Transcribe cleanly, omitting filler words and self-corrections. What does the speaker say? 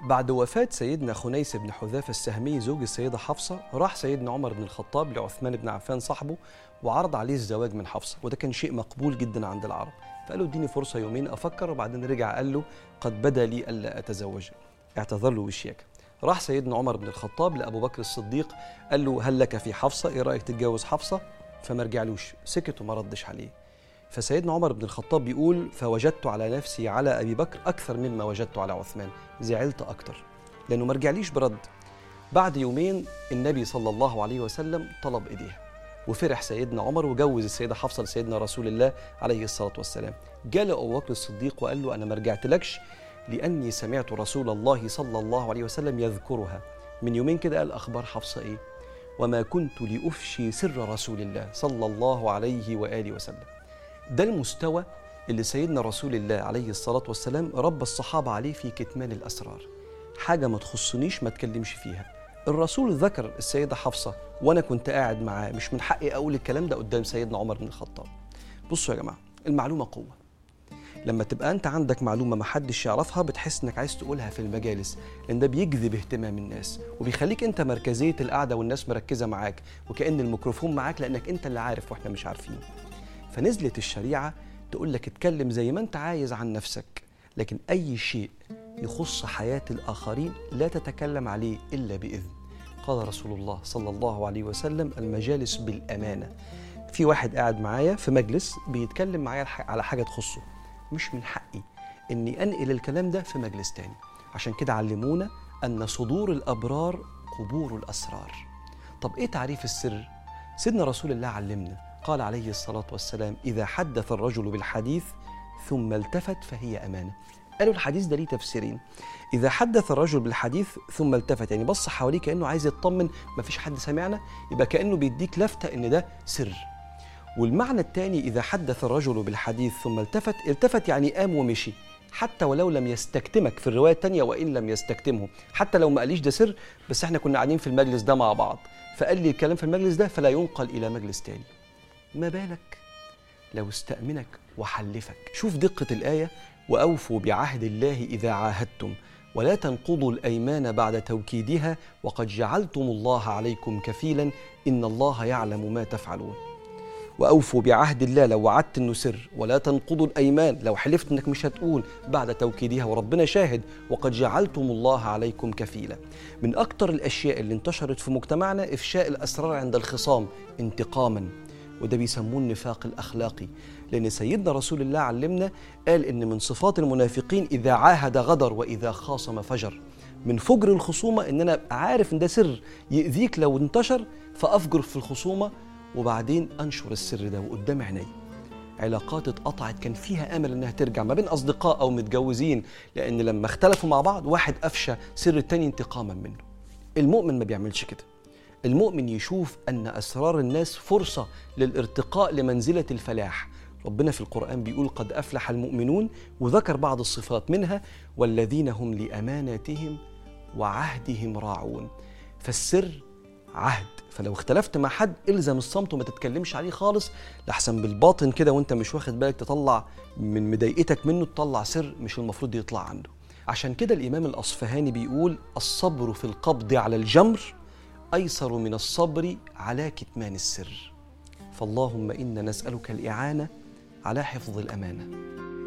بعد وفاة سيدنا خنيس بن حذافة السهمي زوج السيدة حفصة، راح سيدنا عمر بن الخطاب لعثمان بن عفان صاحبه وعرض عليه الزواج من حفصة، وده كان شيء مقبول جدا عند العرب. فقال له اديني فرصة يومين أفكر، وبعدين رجع قال له قد بدا لي ألا أتزوج، اعتذر له بالشياكة. راح سيدنا عمر بن الخطاب لأبو بكر الصديق قال له هل لك في حفصة، إيه رأيك تتجوز حفصة؟ فما رجعلوش، سكت وما ردش عليه. فسيدنا عمر بن الخطاب بيقول فوجدت على نفسي على أبي بكر أكثر مما وجدت على عثمان، زعلت أكتر لأنه ما رجعليش برد. بعد يومين النبي صلى الله عليه وسلم طلب إيديها، وفرح سيدنا عمر وجوز السيدة حفصة لسيدنا رسول الله عليه الصلاة والسلام. جاء أبو بكر الصديق وقال له أنا ما رجعتلكش لأني سمعت رسول الله صلى الله عليه وسلم يذكرها. من يومين كده قال أخبار حفصة إيه؟ وما كنت لأفشي سر رسول الله صلى الله عليه وآله وسلم. ده المستوى اللي سيدنا رسول الله عليه الصلاة والسلام ربى الصحابة عليه في كتمان الأسرار. حاجة ما تخصنيش ما تكلمش فيها. الرسول ذكر السيدة حفصة وأنا كنت قاعد معاه، مش من حقي أقول الكلام ده قدام سيدنا عمر بن الخطاب. بصوا يا جماعة، المعلومة قوة. لما تبقى أنت عندك معلومة ما حدش يعرفها بتحس إنك عايز تقولها في المجالس، لأن ده بيجذب اهتمام الناس وبيخليك أنت مركزية القعدة والناس مركزة معاك وكأن الميكروفون معاك، لأنك أنت اللي عارف وإحنا مش عارفين. فنزلت الشريعة تقول لك اتكلم زي ما أنت عايز عن نفسك، لكن أي شيء يخص حياة الآخرين لا تتكلم عليه إلا بإذن. قال رسول الله صلى الله عليه وسلم المجالس بالأمانة. في واحد قاعد معايا في مجلس بيتكلم معايا على حاجة تخصه، مش من حقي إني أنقل الكلام ده في مجلس تاني. عشان كده علمونا أن صدور الأبرار قبور الأسرار. طب إيه تعريف السر؟ سيدنا رسول الله علمنا، قال عليه الصلاة والسلام إذا حدث الرجل بالحديث ثم التفت فهي أمانة. قالوا الحديث ده ليه تفسيرين. إذا حدث الرجل بالحديث ثم التفت، يعني بص حواليه كأنه عايز يطمن مفيش حد سامعنا، يبقى كأنه بيديك لفتة إن ده سر. والمعنى الثاني إذا حدث الرجل بالحديث ثم التفت يعني قام ومشي، حتى ولو لم يستكتمك. في الرواية الثانية وإن لم يستكتمه، حتى لو ما قاليش ده سر بس احنا كنا قاعدين في المجلس ده مع بعض فقال لي الكلام في المجلس ده فلا ينقل إلى مجلس تاني. ما بالك لو استأمنك وحلفك؟ شوف دقة الآية، وأوفوا بعهد الله إذا عاهدتم ولا تنقضوا الأيمان بعد توكيدها وقد جعلتم الله عليكم كفيلا إن الله يعلم ما تفعلون. وأوفوا بعهد الله لو وعدت إنه سر، ولا تنقضوا الأيمان لو حلفت إنك مش هتقول بعد توكيدها وربنا شاهد وقد جعلتم الله عليكم كفيلا. من أكتر الأشياء اللي انتشرت في مجتمعنا إفشاء الأسرار عند الخصام انتقاما، وده بيسموه النفاق الأخلاقي. لأن سيدنا رسول الله علمنا قال إن من صفات المنافقين إذا عاهد غدر وإذا خاصم فجر. من فجر الخصومة إن أنا أبقى عارف إن ده سر يؤذيك لو انتشر فأفجر في الخصومة وبعدين أنشر السر ده وقدام عيني. علاقات اتقطعت كان فيها أمل إنها ترجع ما بين أصدقاء أو متجوزين، لأن لما اختلفوا مع بعض واحد أفشى سر التاني انتقاما منه. المؤمن ما بيعملش كده. المؤمن يشوف أن أسرار الناس فرصة للارتقاء لمنزلة الفلاح. ربنا في القرآن بيقول قد أفلح المؤمنون، وذكر بعض الصفات منها والذين هم لأماناتهم وعهدهم راعون. فالسر عهد، فلو اختلفت مع حد الزم الصمت وما تتكلمش عليه خالص، لحسن بالباطن كده وانت مش واخد بالك تطلع من مضايقتك منه، تطلع سر مش المفروض يطلع عنده. عشان كده الإمام الأصفهاني بيقول الصبر في القبض على الجمر أيسر من الصبر على كتمان السر. فاللهم إنا نسألك الإعانة على حفظ الأمانة.